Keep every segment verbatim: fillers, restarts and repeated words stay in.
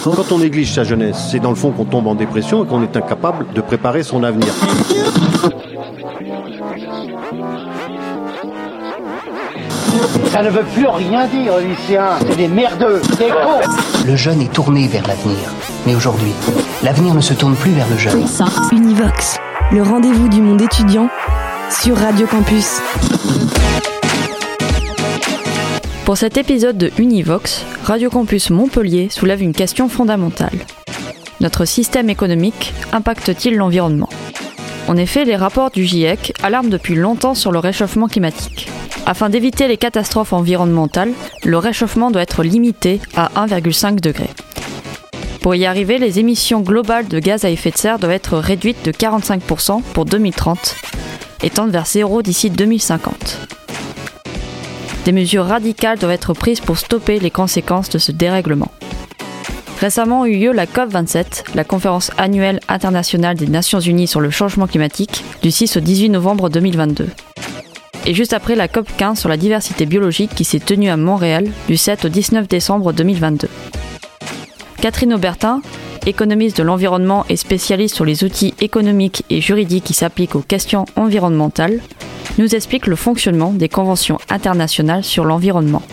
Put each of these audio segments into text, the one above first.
Quand on néglige sa jeunesse, c'est dans le fond qu'on tombe en dépression et qu'on est incapable de préparer son avenir. Ça ne veut plus rien dire, lycéens. C'est des merdeux, des cons. Le jeune est tourné vers l'avenir. Mais aujourd'hui, l'avenir ne se tourne plus vers le jeune. Univox, le rendez-vous du monde étudiant sur Radio Campus. Pour cet épisode de Univox, Radio Campus Montpellier soulève une question fondamentale. Notre système économique impacte-t-il l'environnement ? En effet, les rapports du GIEC alarment depuis longtemps sur le réchauffement climatique. Afin d'éviter les catastrophes environnementales, le réchauffement doit être limité à un virgule cinq degré. Pour y arriver, les émissions globales de gaz à effet de serre doivent être réduites de quarante-cinq pour cent pour deux mille trente et tendent vers zéro d'ici deux mille cinquante. Des mesures radicales doivent être prises pour stopper les conséquences de ce dérèglement. Récemment eut lieu la C O P vingt-sept, la conférence annuelle internationale des Nations Unies sur le changement climatique, du six au dix-huit novembre deux mille vingt-deux. Et juste après la C O P quinze sur la diversité biologique qui s'est tenue à Montréal, du sept au dix-neuf décembre deux mille vingt-deux. Catherine Aubertin, économiste de l'environnement et spécialiste sur les outils économiques et juridiques qui s'appliquent aux questions environnementales, nous explique le fonctionnement des conventions internationales sur l'environnement.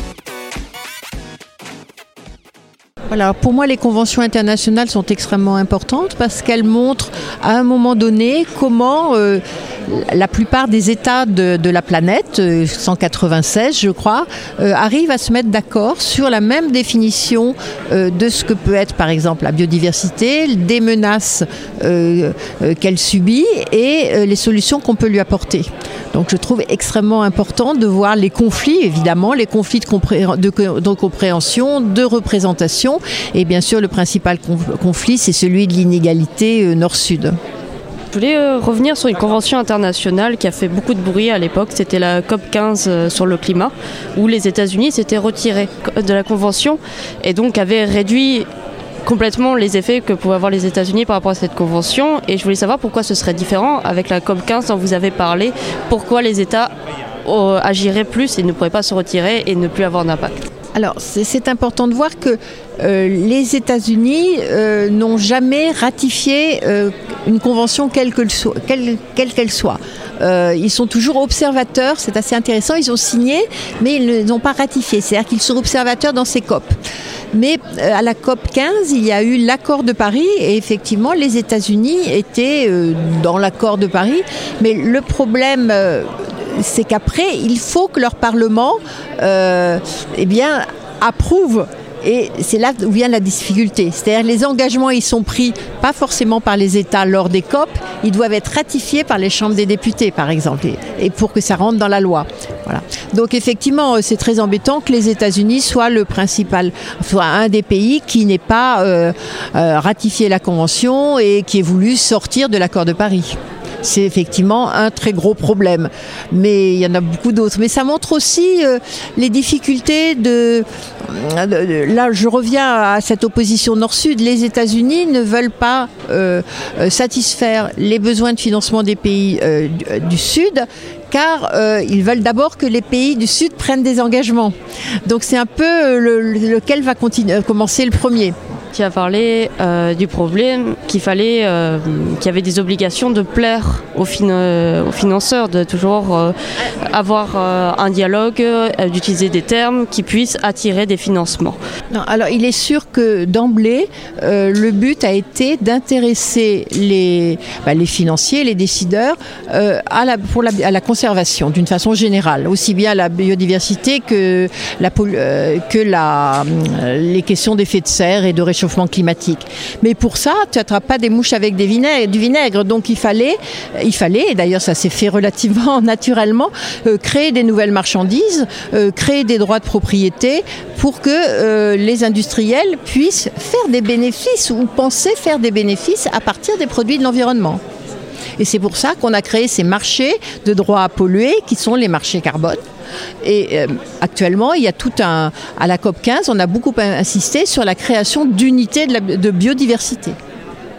Voilà, pour moi, les conventions internationales sont extrêmement importantes parce qu'elles montrent à un moment donné comment euh, la plupart des États de, de la planète, euh, cent quatre-vingt-seize je crois, euh, arrivent à se mettre d'accord sur la même définition euh, de ce que peut être par exemple la biodiversité, des menaces euh, euh, qu'elle subit et euh, les solutions qu'on peut lui apporter. Donc je trouve extrêmement important de voir les conflits, évidemment, les conflits de, compré- de, de compréhension, de représentation. Et bien sûr, le principal conflit, c'est celui de l'inégalité euh, nord-sud. Je voulais euh, revenir sur une convention internationale qui a fait beaucoup de bruit à l'époque. C'était la C O P quinze euh, sur le climat, où les États-Unis s'étaient retirés de la convention et donc avaient réduit complètement les effets que pouvaient avoir les États-Unis par rapport à cette convention. Et je voulais savoir pourquoi ce serait différent avec la C O P quinze dont vous avez parlé. Pourquoi les États euh, agiraient plus et ne pourraient pas se retirer et ne plus avoir d'impact ? Alors, c'est, c'est important de voir que euh, les États-Unis euh, n'ont jamais ratifié euh, une convention quelle, que le soit, quelle, quelle qu'elle soit. Euh, ils sont toujours observateurs, c'est assez intéressant, ils ont signé, mais ils ne les ont pas ratifié. C'est-à-dire qu'ils sont observateurs dans ces C O P. Mais euh, à la C O P quinze, il y a eu l'accord de Paris et effectivement, les États-Unis étaient euh, dans l'accord de Paris. Mais le problème... Euh, c'est qu'après, il faut que leur Parlement euh, eh bien, approuve. Et c'est là où vient la difficulté. C'est-à-dire les engagements, ils sont pris pas forcément par les États lors des C O P, ils doivent être ratifiés par les chambres des députés, par exemple, et, et pour que ça rentre dans la loi. Voilà. Donc effectivement, c'est très embêtant que les États-Unis soient le principal, soit un des pays qui n'ait pas euh, euh, ratifié la Convention et qui ait voulu sortir de l'accord de Paris. C'est effectivement un très gros problème. Mais il y en a beaucoup d'autres. Mais ça montre aussi euh, les difficultés de, de, de... Là, je reviens à cette opposition nord-sud. Les États-Unis ne veulent pas euh, satisfaire les besoins de financement des pays euh, du, du Sud, car euh, ils veulent d'abord que les pays du Sud prennent des engagements. Donc c'est un peu le, lequel va continuer, commencer le premier. Qui a parlé euh, du problème qu'il fallait, euh, qu'il y avait des obligations de plaire aux, fin- aux financeurs, de toujours euh, avoir euh, un dialogue, euh, d'utiliser des termes qui puissent attirer des financements. Non, alors il est sûr que d'emblée, euh, le but a été d'intéresser les, bah, les financiers, les décideurs euh, à, la, pour la, à la conservation d'une façon générale, aussi bien la biodiversité que, la, euh, que la, les questions d'effet de serre et de réchauffement climatique. Mais pour ça, tu n'attrapes pas des mouches avec des vinaigres, du vinaigre. Donc il fallait, il fallait, et d'ailleurs ça s'est fait relativement naturellement, euh, créer des nouvelles marchandises, euh, créer des droits de propriété pour que euh, les industriels puissent faire des bénéfices ou penser faire des bénéfices à partir des produits de l'environnement. Et c'est pour ça qu'on a créé ces marchés de droits à polluer qui sont les marchés carbone. Et euh, actuellement, il y a tout un... À la C O P quinze, on a beaucoup insisté sur la création d'unités de, la, de biodiversité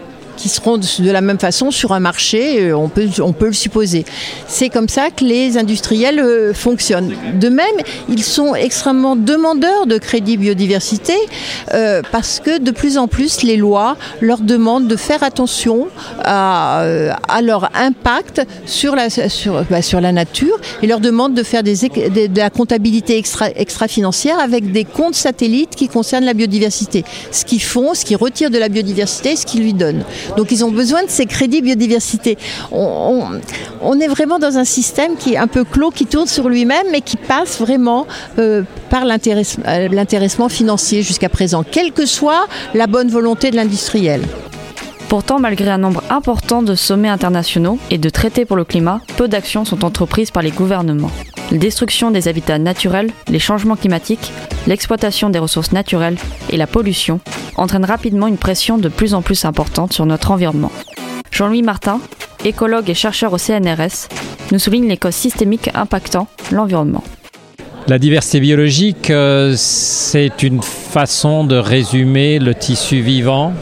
qui seront de la même façon sur un marché, on peut, on peut le supposer. C'est comme ça que les industriels euh, fonctionnent. De même, ils sont extrêmement demandeurs de crédit biodiversité euh, parce que de plus en plus les lois leur demandent de faire attention à, à leur impact sur la, sur, bah, sur la nature et leur demandent de faire des, des, de la comptabilité extra, extra-financière avec des comptes satellites qui concernent la biodiversité. Ce qu'ils font, ce qu'ils retirent de la biodiversité, ce qu'ils lui donnent. Donc ils ont besoin de ces crédits biodiversité. On, on, on est vraiment dans un système qui est un peu clos, qui tourne sur lui-même, mais qui passe vraiment euh, par l'intéressement, euh, l'intéressement financier jusqu'à présent, quelle que soit la bonne volonté de l'industriel. Pourtant, malgré un nombre important de sommets internationaux et de traités pour le climat, peu d'actions sont entreprises par les gouvernements. La destruction des habitats naturels, les changements climatiques, l'exploitation des ressources naturelles et la pollution entraînent rapidement une pression de plus en plus importante sur notre environnement. Jean-Louis Martin, écologue et chercheur au C N R S, nous souligne les causes systémiques impactant l'environnement. La diversité biologique, euh, c'est une façon de résumer le tissu vivant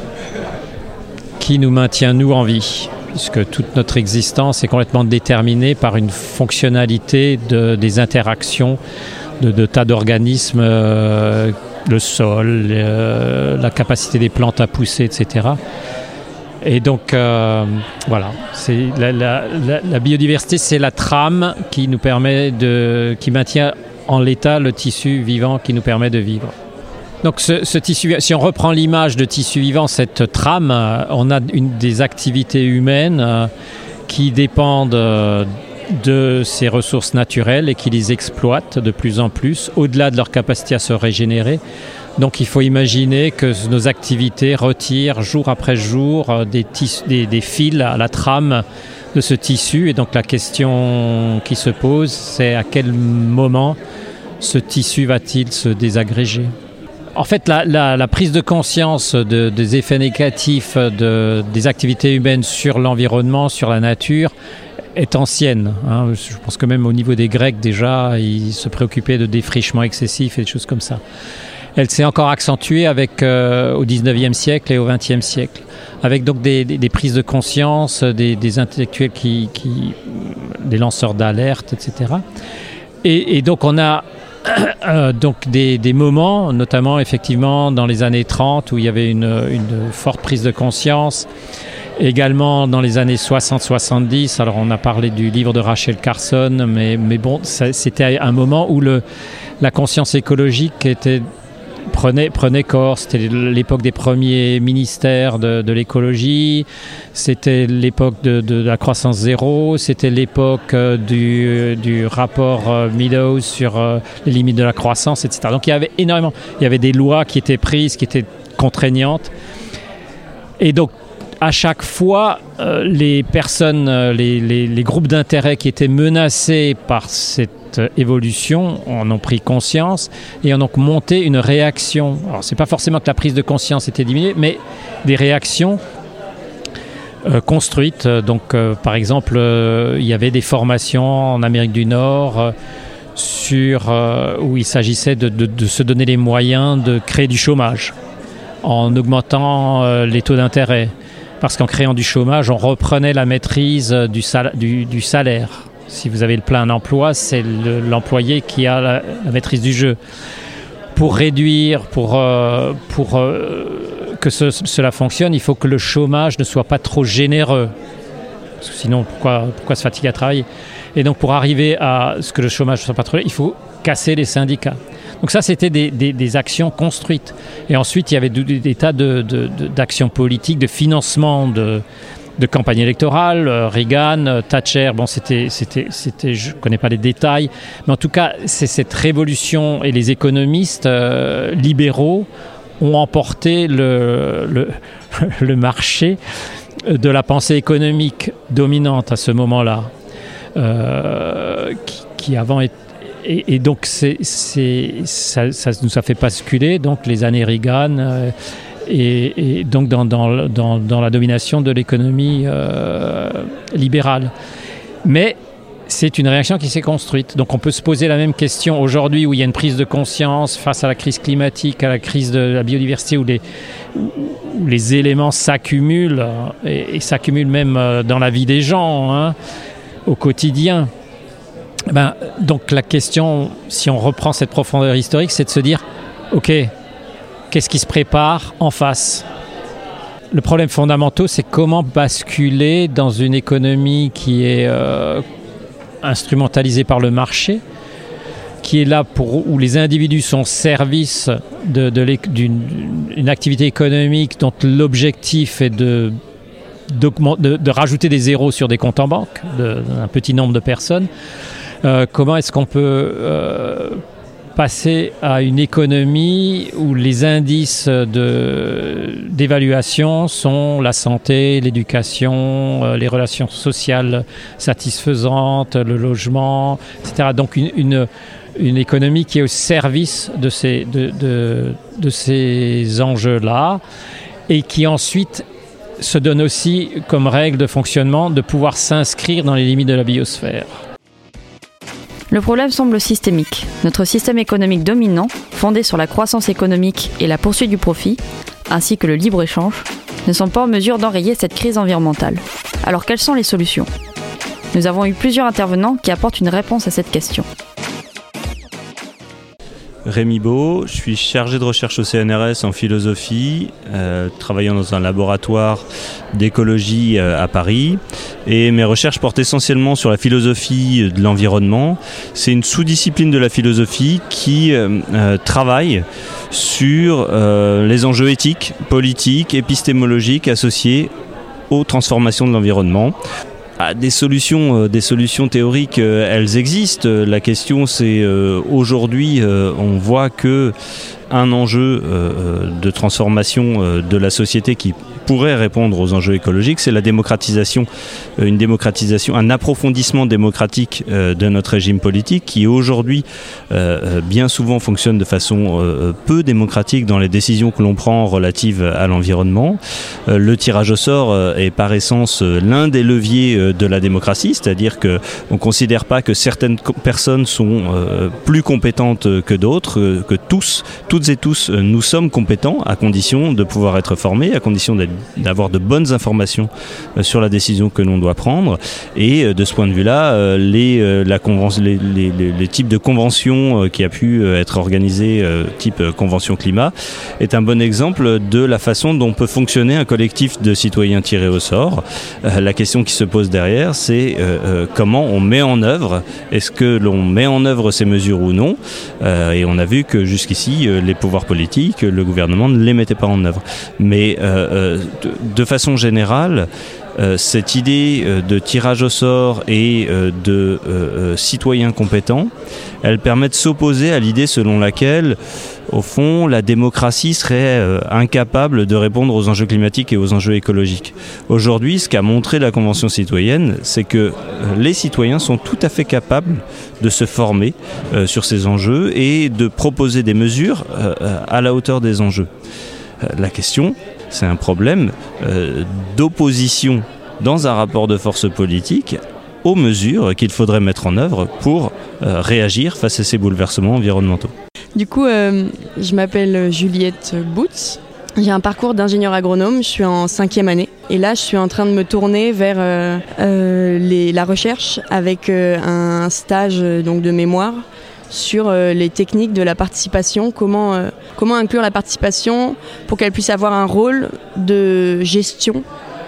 qui nous maintient, nous, en vie, puisque toute notre existence est complètement déterminée par une fonctionnalité de, des interactions de, de tas d'organismes, euh, le sol, euh, la capacité des plantes à pousser, et cetera. Et donc, euh, voilà, c'est la, la, la, la biodiversité, c'est la trame qui nous permet de, qui maintient en l'état le tissu vivant qui nous permet de vivre. Donc ce, ce tissu, si on reprend l'image de tissu vivant, cette trame, on a une des activités humaines euh, qui dépendent euh, de ces ressources naturelles et qui les exploitent de plus en plus, au-delà de leur capacité à se régénérer. Donc il faut imaginer que nos activités retirent jour après jour euh, des, tis, des, des fils à la trame de ce tissu. Et donc la question qui se pose, c'est à quel moment ce tissu va-t-il se désagréger ? En fait, la, la, la prise de conscience de, des effets négatifs de, des activités humaines sur l'environnement, sur la nature, est ancienne. Hein. Je pense que même au niveau des Grecs, déjà, ils se préoccupaient de défrichement excessif et des choses comme ça. Elle s'est encore accentuée avec, euh, au dix-neuvième siècle et au vingtième siècle, avec donc des, des, des prises de conscience, des, des intellectuels, qui, qui, des lanceurs d'alerte, et cetera. Et, et donc on a Euh, donc des, des moments, notamment effectivement dans les années trente où il y avait une, une forte prise de conscience, également dans les années soixante soixante-dix. Alors on a parlé du livre de Rachel Carson, mais, mais bon, ça, c'était un moment où le, la conscience écologique était, prenait, prenait corps. C'était l'époque des premiers ministères de, de l'écologie, c'était l'époque de, de la croissance zéro, c'était l'époque du, du rapport Meadows sur les limites de la croissance, et cetera. Donc il y avait énormément, il y avait des lois qui étaient prises, qui étaient contraignantes. Et donc à chaque fois, euh, les personnes, les, les, les groupes d'intérêt qui étaient menacés par cette évolution en ont pris conscience et en ont monté une réaction. Alors c'est pas forcément que la prise de conscience était diminuée, mais des réactions euh, construites. Donc euh, par exemple, euh, il y avait des formations en Amérique du Nord euh, sur, euh, où il s'agissait de, de, de se donner les moyens de créer du chômage en augmentant euh, les taux d'intérêt. Parce qu'en créant du chômage, on reprenait la maîtrise du, sal- du, du salaire. Si vous avez le plein emploi, c'est le, l'employé qui a la, la maîtrise du jeu. Pour réduire, pour, euh, pour euh, que ce, cela fonctionne, il faut que le chômage ne soit pas trop généreux. Parce que sinon, pourquoi, pourquoi se fatiguer à travailler ? Et donc, pour arriver à ce que le chômage ne soit pas trop, il faut casser les syndicats. Donc ça, c'était des, des, des actions construites. Et ensuite, il y avait des, des tas de, de, de, d'actions politiques, de financement de, de campagnes électorales. Euh, Reagan, euh, Thatcher, bon, c'était, c'était, c'était, je ne connais pas les détails. Mais en tout cas, c'est cette révolution et les économistes euh, libéraux ont emporté le, le, le marché de la pensée économique dominante à ce moment-là, euh, qui, qui avant était. Et, et donc, c'est, c'est, ça, ça nous a fait basculer donc, les années Reagan euh, et, et donc dans, dans, dans, dans la domination de l'économie euh, libérale. Mais c'est une réaction qui s'est construite. Donc on peut se poser la même question aujourd'hui où il y a une prise de conscience face à la crise climatique, à la crise de la biodiversité, où les, où les éléments s'accumulent, et, et s'accumulent même dans la vie des gens, hein, au quotidien. Ben, donc la question, si on reprend cette profondeur historique, c'est de se dire, ok, qu'est-ce qui se prépare en face ? Le problème fondamental, c'est comment basculer dans une économie qui est euh, instrumentalisée par le marché, qui est là pour où les individus sont au service de, de d'une une activité économique dont l'objectif est de, de, de rajouter des zéros sur des comptes en banque d'un petit nombre de personnes. Euh, comment est-ce qu'on peut euh, passer à une économie où les indices de, d'évaluation sont la santé, l'éducation, euh, les relations sociales satisfaisantes, le logement, et cetera. Donc une, une, une économie qui est au service de ces, de, de, de ces enjeux-là et qui ensuite se donne aussi comme règle de fonctionnement de pouvoir s'inscrire dans les limites de la biosphère. Le problème semble systémique. Notre système économique dominant, fondé sur la croissance économique et la poursuite du profit, ainsi que le libre-échange, ne sont pas en mesure d'enrayer cette crise environnementale. Alors quelles sont les solutions ? Nous avons eu plusieurs intervenants qui apportent une réponse à cette question. Rémi Beau, je suis chargé de recherche au C N R S en philosophie, euh, travaillant dans un laboratoire d'écologie euh, à Paris. Et mes recherches portent essentiellement sur la philosophie de l'environnement. C'est une sous-discipline de la philosophie qui euh, euh, travaille sur euh, les enjeux éthiques, politiques, épistémologiques associés aux transformations de l'environnement. Ah, des solutions, euh, des solutions théoriques, euh, elles existent. La question, c'est euh, aujourd'hui, euh, on voit que un enjeu euh, de transformation euh, de la société qui pourrait répondre aux enjeux écologiques, c'est la démocratisation, euh, une démocratisation, un approfondissement démocratique euh, de notre régime politique qui aujourd'hui euh, bien souvent fonctionne de façon euh, peu démocratique dans les décisions que l'on prend relatives à l'environnement. Euh, le tirage au sort euh, est par essence euh, l'un des leviers euh, de la démocratie, c'est-à-dire que on considère pas que certaines co- personnes sont euh, plus compétentes que d'autres, euh, que tous, toutes et tous, euh, nous sommes compétents à condition de pouvoir être formés, à condition d'être d'avoir de bonnes informations euh, sur la décision que l'on doit prendre. Et euh, de ce point de vue-là, euh, les, euh, la convention, les, les, les, les types de conventions euh, qui a pu euh, être organisées, euh, type euh, convention climat, est un bon exemple de la façon dont peut fonctionner un collectif de citoyens tirés au sort. Euh, la question qui se pose derrière, c'est euh, euh, comment on met en œuvre, est-ce que l'on met en œuvre ces mesures ou non, euh, et on a vu que jusqu'ici, euh, les pouvoirs politiques, le gouvernement ne les mettait pas en œuvre. Mais euh, euh, De, de façon générale, euh, cette idée euh, de tirage au sort et euh, de euh, euh, citoyens compétents, elle permet de s'opposer à l'idée selon laquelle, au fond, la démocratie serait euh, incapable de répondre aux enjeux climatiques et aux enjeux écologiques. Aujourd'hui, ce qu'a montré la Convention citoyenne, c'est que euh, les citoyens sont tout à fait capables de se former euh, sur ces enjeux et de proposer des mesures euh, à la hauteur des enjeux. Euh, la question, c'est un problème euh, d'opposition dans un rapport de force politique aux mesures qu'il faudrait mettre en œuvre pour euh, réagir face à ces bouleversements environnementaux. Du coup, euh, je m'appelle Juliette Boots. J'ai un parcours d'ingénieur agronome, je suis en cinquième année. Et là, je suis en train de me tourner vers euh, euh, les, la recherche avec euh, un stage donc, de mémoire sur euh, les techniques de la participation, comment, euh, comment inclure la participation pour qu'elle puisse avoir un rôle de gestion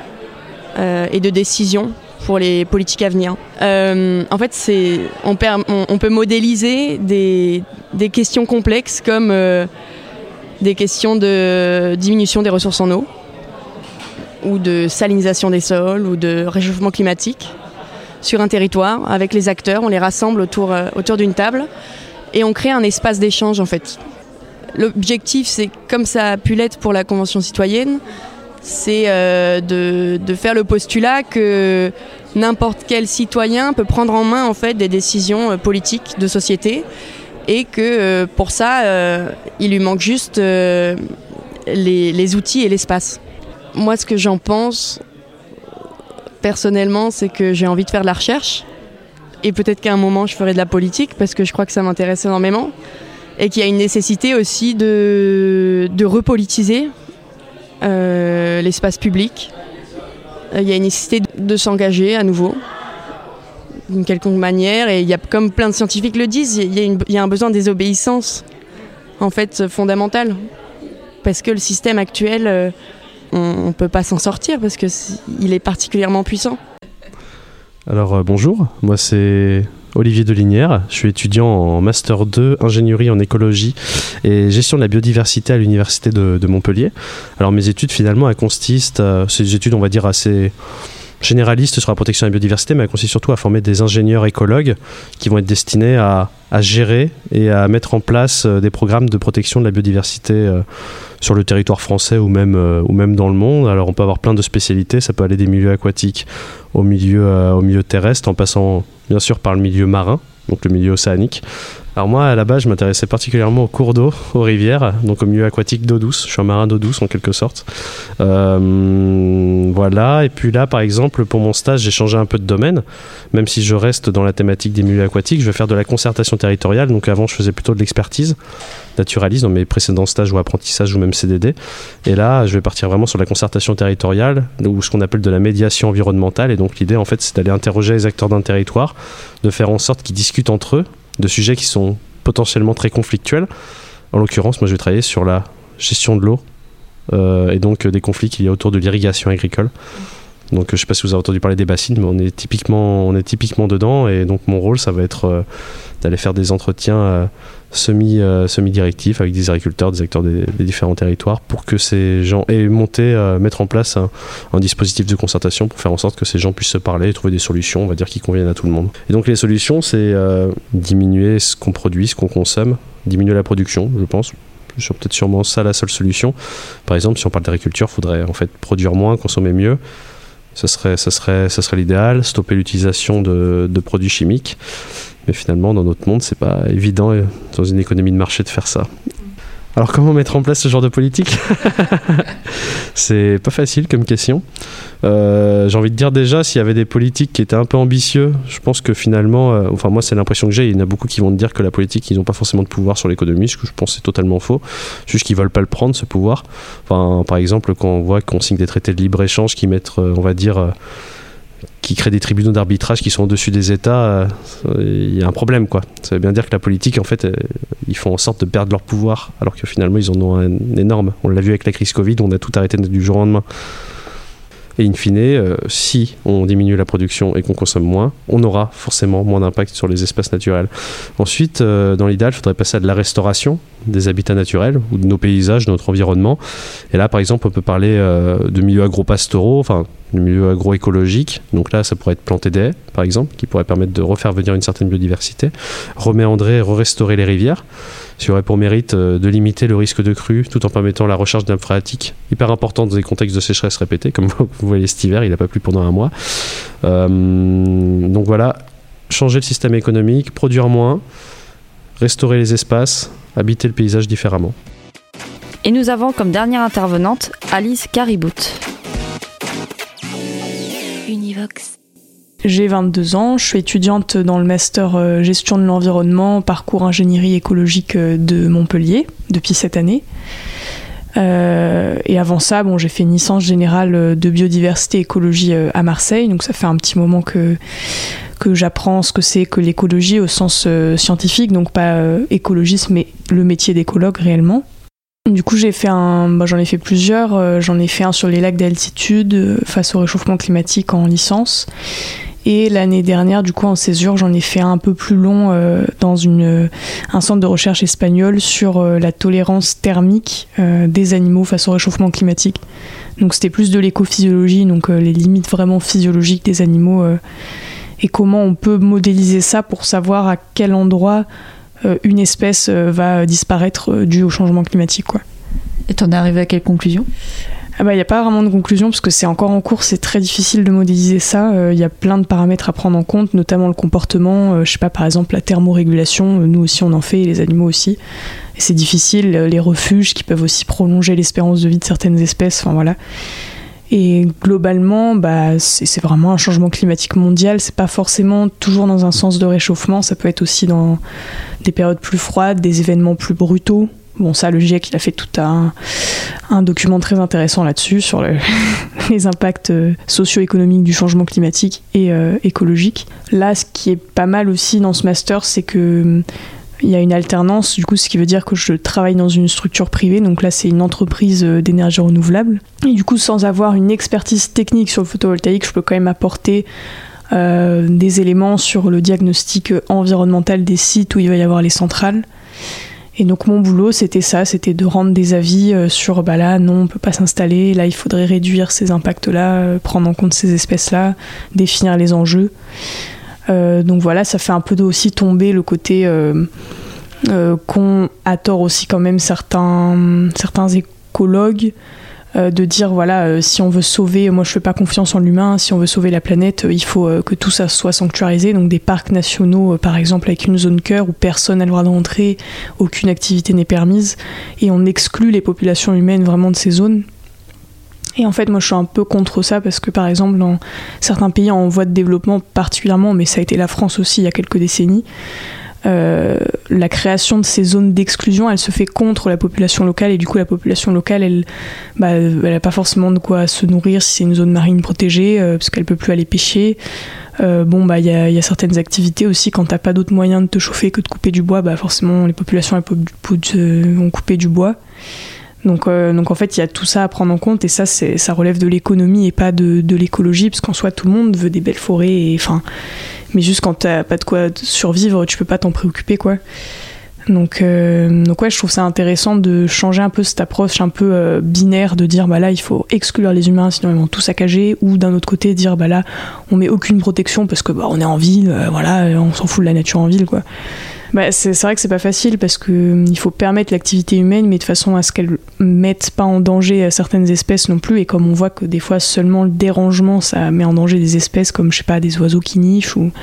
euh, et de décision pour les politiques à venir. Euh, en fait, c'est, on, per, on, on peut modéliser des, des questions complexes comme euh, des questions de diminution des ressources en eau, ou de salinisation des sols, ou de réchauffement climatique sur un territoire. Avec les acteurs, on les rassemble autour, euh, autour d'une table et on crée un espace d'échange en fait. L'objectif, c'est comme ça a pu l'être pour la Convention citoyenne, c'est euh, de, de faire le postulat que n'importe quel citoyen peut prendre en main en fait des décisions euh, politiques de société et que euh, pour ça, euh, il lui manque juste euh, les, les outils et l'espace. Moi, ce que j'en pense, personnellement, c'est que j'ai envie de faire de la recherche et peut-être qu'à un moment je ferai de la politique parce que je crois que ça m'intéresse énormément et qu'il y a une nécessité aussi de, de repolitiser euh, l'espace public. Il y a une nécessité de, de s'engager à nouveau d'une quelconque manière et il y a, comme plein de scientifiques le disent, il y a, une, il y a un besoin de désobéissance en fait fondamentale parce que le système actuel euh, on ne peut pas s'en sortir parce qu'il est particulièrement puissant. Alors euh, bonjour, moi c'est Olivier Delinière, je suis étudiant en Master deux, ingénierie en écologie et gestion de la biodiversité à l'université de, de Montpellier. Alors mes études finalement elles consistent, euh, c'est des études on va dire assez généralistes sur la protection de la biodiversité, mais elles consistent surtout à former des ingénieurs écologues qui vont être destinés à, à gérer et à mettre en place euh, des programmes de protection de la biodiversité euh, sur le territoire français ou même, euh, ou même dans le monde. Alors on peut avoir plein de spécialités, ça peut aller des milieux aquatiques au milieu, euh, au milieu terrestre, en passant bien sûr par le milieu marin, donc le milieu océanique. Alors moi à la base je m'intéressais particulièrement aux cours d'eau, aux rivières, donc au milieu aquatique d'eau douce, je suis un marin d'eau douce en quelque sorte. Euh, voilà, et puis là par exemple pour mon stage j'ai changé un peu de domaine, même si je reste dans la thématique des milieux aquatiques, je vais faire de la concertation territoriale, donc avant je faisais plutôt de l'expertise naturaliste dans mes précédents stages ou apprentissages ou même C D D, et là je vais partir vraiment sur la concertation territoriale ou ce qu'on appelle de la médiation environnementale, et donc l'idée en fait c'est d'aller interroger les acteurs d'un territoire, de faire en sorte qu'ils discutent entre eux de sujets qui sont potentiellement très conflictuels. En l'occurrence, moi je vais travailler sur la gestion de l'eau euh, et donc euh, des conflits qu'il y a autour de l'irrigation agricole. Donc euh, je ne sais pas si vous avez entendu parler des bassines, mais on est typiquement, on est typiquement dedans, et donc mon rôle ça va être euh, d'aller faire des entretiens euh, semi, euh, semi-directifs avec des agriculteurs, des acteurs des, des différents territoires pour que ces gens aient monté, euh, mettre en place un, un dispositif de concertation pour faire en sorte que ces gens puissent se parler et trouver des solutions, on va dire, qui conviennent à tout le monde. Et donc les solutions, c'est euh, diminuer ce qu'on produit, ce qu'on consomme, diminuer la production, je pense. C'est peut-être sûrement ça la seule solution. Par exemple, si on parle d'agriculture, il faudrait en fait produire moins, consommer mieux. Ça serait, ça serait, ça serait l'idéal, stopper l'utilisation de, de produits chimiques. Mais finalement, dans notre monde, c'est pas évident, dans une économie de marché, de faire ça. Alors, comment mettre en place ce genre de politique ? C'est pas facile comme question. Euh, j'ai envie de dire déjà, s'il y avait des politiques qui étaient un peu ambitieux, je pense que finalement, euh, enfin moi c'est l'impression que j'ai, il y en a beaucoup qui vont te dire que la politique, ils n'ont pas forcément de pouvoir sur l'économie, ce que je pense c'est totalement faux. Juste qu'ils veulent pas le prendre, ce pouvoir. Enfin, par exemple, quand on voit qu'on signe des traités de libre-échange qui mettent, euh, on va dire... Euh, qui créent des tribunaux d'arbitrage qui sont au-dessus des États, il euh, y a un problème, quoi. Ça veut bien dire que la politique, en fait, euh, ils font en sorte de perdre leur pouvoir, alors que finalement, ils en ont un énorme. On l'a vu avec la crise Covid, on a tout arrêté du jour au lendemain. Et in fine, euh, si on diminue la production et qu'on consomme moins, on aura forcément moins d'impact sur les espaces naturels. Ensuite, euh, dans l'idéal, il faudrait passer à de la restauration des habitats naturels ou de nos paysages, de notre environnement. Et là, par exemple, on peut parler euh, de milieux agro-pastoraux, enfin, de milieux agro-écologiques. Donc là, ça pourrait être planter des haies, par exemple, qui pourraient permettre de refaire venir une certaine biodiversité, reméandrer et re-restaurer les rivières, ce qui aurait pour mérite euh, de limiter le risque de crue tout en permettant la recharge de nappes phréatiques, hyper importante dans des contextes de sécheresse répétée, comme vous voyez cet hiver, il n'a pas plu pendant un mois. Euh, donc voilà, changer le système économique, produire moins, restaurer les espaces, habiter le paysage différemment. Et nous avons comme dernière intervenante Alice Caribout. Univox. J'ai vingt-deux ans, je suis étudiante dans le master euh, gestion de l'environnement, parcours ingénierie écologique euh, de Montpellier depuis cette année. Euh, et avant ça, bon, j'ai fait une licence générale de biodiversité et écologie euh, à Marseille, donc ça fait un petit moment que, que j'apprends ce que c'est que l'écologie au sens euh, scientifique, donc pas euh, écologiste, mais le métier d'écologue réellement. Du coup, j'ai fait un, bah, j'en ai fait plusieurs. Euh, j'en ai fait un sur les lacs d'altitude euh, face au réchauffement climatique en licence. Et l'année dernière, du coup, en césure, j'en ai fait un, un peu plus long euh, dans une, un centre de recherche espagnol sur euh, la tolérance thermique euh, des animaux face au réchauffement climatique. Donc c'était plus de l'écophysiologie, donc euh, les limites vraiment physiologiques des animaux euh, et comment on peut modéliser ça pour savoir à quel endroit euh, une espèce euh, va disparaître euh, dû au changement climatique, quoi. Et t'en es arrivé à quelle conclusion ? Ah bah, y a pas vraiment de conclusion parce que c'est encore en cours, c'est très difficile de modéliser ça. Il euh, y a plein de paramètres à prendre en compte, notamment le comportement. Euh, je sais pas, par exemple la thermorégulation, euh, nous aussi on en fait, et les animaux aussi. Et c'est difficile, euh, les refuges qui peuvent aussi prolonger l'espérance de vie de certaines espèces. Enfin voilà. Et globalement, bah, c'est, c'est vraiment un changement climatique mondial. C'est pas forcément toujours dans un sens de réchauffement. Ça peut être aussi dans des périodes plus froides, des événements plus brutaux. Bon, ça, le GIEC, il a fait tout un, un document très intéressant là-dessus, sur le, les impacts socio-économiques du changement climatique et euh, écologique. Là, ce qui est pas mal aussi dans ce master, c'est que il y a une alternance, du coup, ce qui veut dire que je travaille dans une structure privée. Donc là, c'est une entreprise d'énergie renouvelable. Et du coup, sans avoir une expertise technique sur le photovoltaïque, je peux quand même apporter euh, des éléments sur le diagnostic environnemental des sites où il va y avoir les centrales. Et donc mon boulot, c'était ça, c'était de rendre des avis sur bah là, non, on peut pas s'installer, là, il faudrait réduire ces impacts-là, prendre en compte ces espèces-là, définir les enjeux. Euh, donc voilà, ça fait un peu aussi tomber le côté euh, euh, qu'ont à tort aussi quand même certains, certains écologues, euh, de dire voilà, euh, si on veut sauver, moi je fais pas confiance en l'humain, si on veut sauver la planète, euh, il faut euh, que tout ça soit sanctuarisé, donc des parcs nationaux euh, par exemple avec une zone cœur où personne n'a le droit d'entrer, aucune activité n'est permise, et on exclut les populations humaines vraiment de ces zones. Et en fait, moi, je suis un peu contre ça parce que, par exemple, dans certains pays en voie de développement particulièrement, mais ça a été la France aussi il y a quelques décennies, euh, la création de ces zones d'exclusion, elle se fait contre la population locale et du coup, la population locale, elle bah, elle n'a pas forcément de quoi se nourrir si c'est une zone marine protégée euh, parce qu'elle peut plus aller pêcher. Euh, bon, bah, il y a, y a certaines activités aussi, quand t'as pas d'autres moyens de te chauffer que de couper du bois, bah, forcément, les populations elles peuvent, vont couper du bois. Donc, euh, donc en fait, il y a tout ça à prendre en compte et ça, c'est, ça relève de l'économie et pas de, de l'écologie, parce qu'en soi, tout le monde veut des belles forêts, et, enfin, mais juste quand t'as pas de quoi survivre, tu peux pas t'en préoccuper, quoi. Donc, euh, donc ouais, je trouve ça intéressant de changer un peu cette approche un peu euh, binaire, de dire bah là, il faut exclure les humains, sinon ils vont tout saccager, ou d'un autre côté, dire bah là, on met aucune protection parce que bah, on est en ville, euh, voilà, on s'en fout de la nature en ville, quoi. Bah, c'est, c'est vrai que c'est pas facile parce que euh, il faut permettre l'activité humaine, mais de façon à ce qu'elle mette pas en danger certaines espèces non plus. Et comme on voit que des fois seulement le dérangement ça met en danger des espèces comme je sais pas des oiseaux qui nichent ou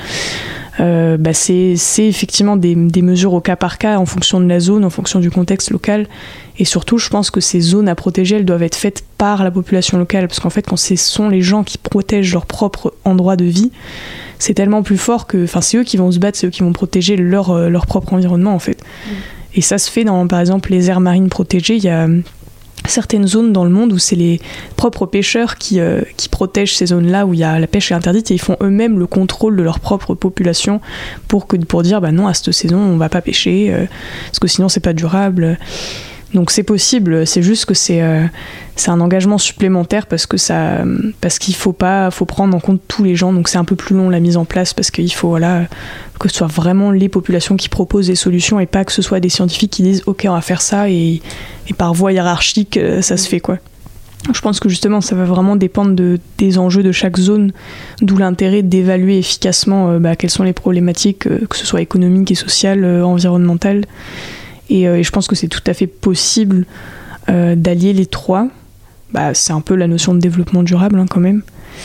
euh, bah c'est c'est effectivement des des mesures au cas par cas en fonction de la zone, en fonction du contexte local. Et surtout, je pense que ces zones à protéger, elles doivent être faites par la population locale, parce qu'en fait, quand ce sont les gens qui protègent leur propre endroit de vie, c'est tellement plus fort que, enfin, c'est eux qui vont se battre, c'est eux qui vont protéger leur, euh, leur propre environnement, en fait. Mmh. Et ça se fait dans, par exemple, les aires marines protégées. Il y a certaines zones dans le monde où c'est les propres pêcheurs qui, euh, qui protègent ces zones-là où il y a, la pêche est interdite, et ils font eux-mêmes le contrôle de leur propre population pour, que, pour dire, bah non, à cette saison, on va pas pêcher, euh, parce que sinon, c'est pas durable. Donc c'est possible, c'est juste que c'est, euh, c'est un engagement supplémentaire parce que ça, parce qu'il faut pas, faut prendre en compte tous les gens, donc c'est un peu plus long la mise en place parce qu'il faut voilà, que ce soit vraiment les populations qui proposent des solutions et pas que ce soit des scientifiques qui disent ok on va faire ça et, et par voie hiérarchique ça se fait quoi. Donc je pense que justement ça va vraiment dépendre de, des enjeux de chaque zone, d'où l'intérêt d'évaluer efficacement euh, bah, quelles sont les problématiques, euh, que ce soit économiques et sociales, euh, environnementales. Et, euh, et je pense que c'est tout à fait possible euh, d'allier les trois. Bah, c'est un peu la notion de développement durable hein, quand même.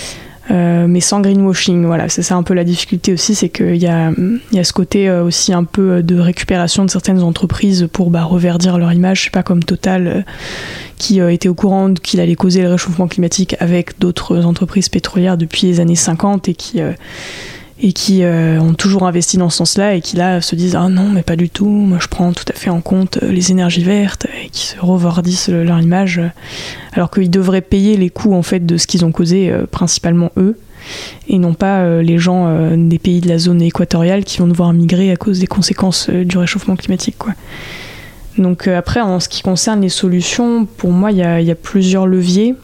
Euh, mais sans greenwashing, voilà, c'est ça un peu la difficulté aussi, c'est qu'il y a, y a ce côté euh, aussi un peu de récupération de certaines entreprises pour bah, reverdir leur image, je sais pas, comme Total, euh, qui euh, était au courant qu'il allait causer le réchauffement climatique avec d'autres entreprises pétrolières depuis les années cinquante et qui... Euh, et qui euh, ont toujours investi dans ce sens-là et qui là se disent « Ah non, mais pas du tout, moi je prends tout à fait en compte les énergies vertes » et qui se reverdissent leur image, alors qu'ils devraient payer les coûts en fait, de ce qu'ils ont causé, euh, principalement eux, et non pas euh, les gens euh, des pays de la zone équatoriale qui vont devoir migrer à cause des conséquences euh, du réchauffement climatique, quoi. Donc euh, après, en ce qui concerne les solutions, pour moi, il y a, y a plusieurs leviers.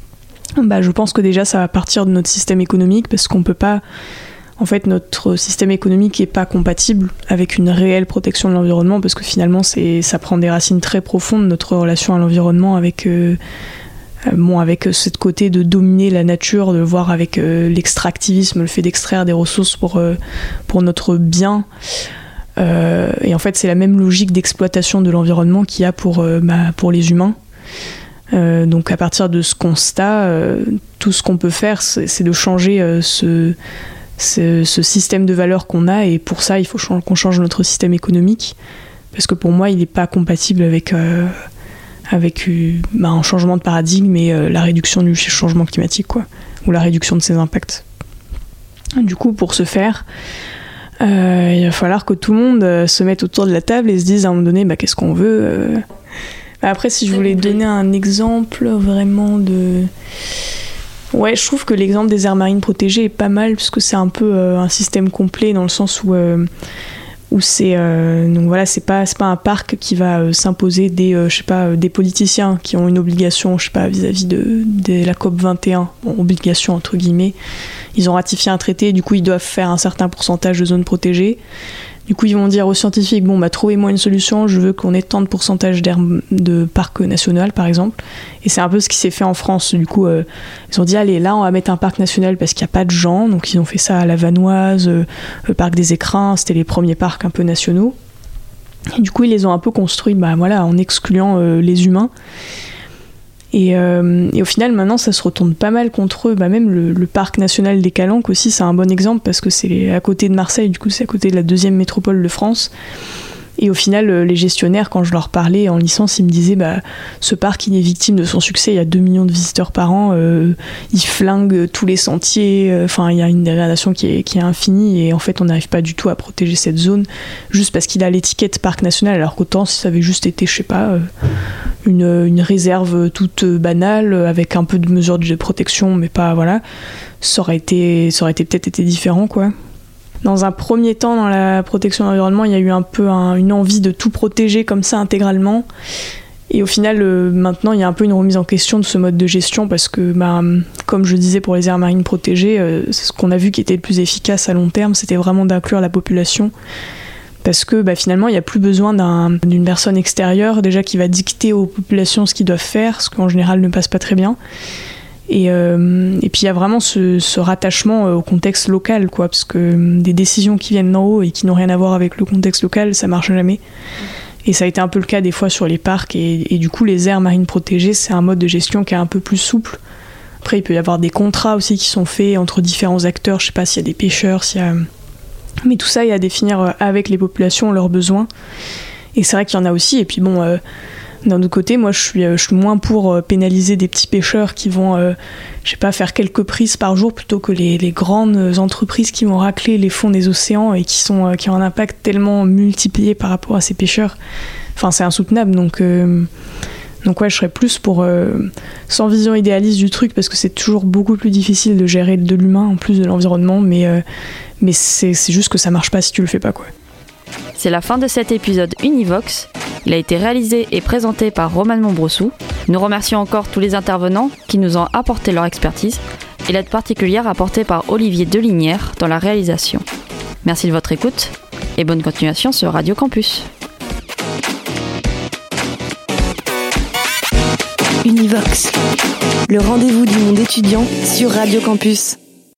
Bah, je pense que déjà, ça va partir de notre système économique, parce qu'on peut pas... En fait, notre système économique n'est pas compatible avec une réelle protection de l'environnement parce que finalement, c'est, ça prend des racines très profondes, notre relation à l'environnement, avec, euh, bon, avec ce côté de dominer la nature, de le voir avec euh, l'extractivisme, le fait d'extraire des ressources pour, euh, pour notre bien. Euh, et en fait, c'est la même logique d'exploitation de l'environnement qu'il y a pour, euh, bah, pour les humains. Euh, donc à partir de ce constat, euh, tout ce qu'on peut faire, c'est, c'est de changer euh, ce... Ce, ce système de valeurs qu'on a, et pour ça il faut ch- qu'on change notre système économique parce que pour moi il n'est pas compatible avec, euh, avec euh, bah, un changement de paradigme et euh, la réduction du changement climatique, quoi, ou la réduction de ses impacts. Du coup, pour ce faire, euh, il va falloir que tout le monde euh, se mette autour de la table et se dise à un moment donné, bah, qu'est-ce qu'on veut euh... Après, si je voulais donner un exemple vraiment de... Ouais, je trouve que l'exemple des aires marines protégées est pas mal, parce que c'est un peu euh, un système complet, dans le sens où... Euh, où c'est euh, donc voilà, c'est pas c'est pas un parc qui va euh, s'imposer des euh, je sais pas euh, des politiciens qui ont une obligation, je sais pas, vis-à-vis de, de la COP vingt et un, bon, obligation entre guillemets, ils ont ratifié un traité, du coup ils doivent faire un certain pourcentage de zones protégées. Du coup, ils vont dire aux scientifiques, bon, bah, trouvez-moi une solution, je veux qu'on ait tant de pourcentage d'aires de parc national, par exemple. Et c'est un peu ce qui s'est fait en France. Du coup, euh, ils ont dit, allez, là, on va mettre un parc national parce qu'il n'y a pas de gens. Donc, ils ont fait ça à la Vanoise, euh, le parc des Écrins, c'était les premiers parcs un peu nationaux. Et du coup, ils les ont un peu construits, bah, voilà, en excluant euh, les humains. Et, euh, et au final, maintenant, ça se retourne pas mal contre eux. Bah, même le, le parc national des Calanques aussi, c'est un bon exemple parce que c'est à côté de Marseille, du coup, c'est à côté de la deuxième métropole de France. Et au final, les gestionnaires, quand je leur parlais en licence, ils me disaient bah, ce parc, il est victime de son succès, il y a deux millions de visiteurs par an, euh, il flingue tous les sentiers, enfin, euh, il y a une dégradation qui est, qui est infinie et en fait, on n'arrive pas du tout à protéger cette zone juste parce qu'il a l'étiquette parc national, alors qu'autant, si ça avait juste été, je sais pas, euh, une, une réserve toute banale avec un peu de mesures de protection, mais pas, voilà, ça aurait été, ça aurait été peut-être été différent, quoi. Dans un premier temps, dans la protection de l'environnement, il y a eu un peu un, une envie de tout protéger comme ça intégralement. Et au final, euh, maintenant, il y a un peu une remise en question de ce mode de gestion parce que, bah, comme je disais pour les aires marines protégées, euh, ce qu'on a vu qui était le plus efficace à long terme, c'était vraiment d'inclure la population. Parce que bah, finalement, il n'y a plus besoin d'un, d'une personne extérieure déjà qui va dicter aux populations ce qu'ils doivent faire, ce qu'en général ne passe pas très bien. Et, euh, et puis il y a vraiment ce, ce rattachement au contexte local, quoi, parce que des décisions qui viennent d'en haut et qui n'ont rien à voir avec le contexte local, ça marche jamais. Et ça a été un peu le cas des fois sur les parcs, et, et du coup les aires marines protégées, c'est un mode de gestion qui est un peu plus souple. Après il peut y avoir des contrats aussi qui sont faits entre différents acteurs, je sais pas s'il y a des pêcheurs, s'il y a... mais tout ça il y a à définir avec les populations leurs besoins. Et c'est vrai qu'il y en a aussi, et puis bon... Euh, D'un autre côté, moi, je suis, je suis moins pour pénaliser des petits pêcheurs qui vont, euh, je sais pas, faire quelques prises par jour plutôt que les, les grandes entreprises qui vont racler les fonds des océans et qui, sont, qui ont un impact tellement multiplié par rapport à ces pêcheurs. Enfin, c'est insoutenable. Donc, euh, donc ouais, je serais plus pour, euh, sans vision idéaliste du truc, parce que c'est toujours beaucoup plus difficile de gérer de l'humain en plus de l'environnement, mais, euh, mais c'est, c'est juste que ça marche pas si tu le fais pas, quoi. C'est la fin de cet épisode Univox. Il a été réalisé et présenté par Romane Montbrossou. Nous remercions encore tous les intervenants qui nous ont apporté leur expertise et l'aide particulière apportée par Olivier Delinière dans la réalisation. Merci de votre écoute et bonne continuation sur Radio Campus. Univox, le rendez-vous du monde étudiant sur Radio Campus.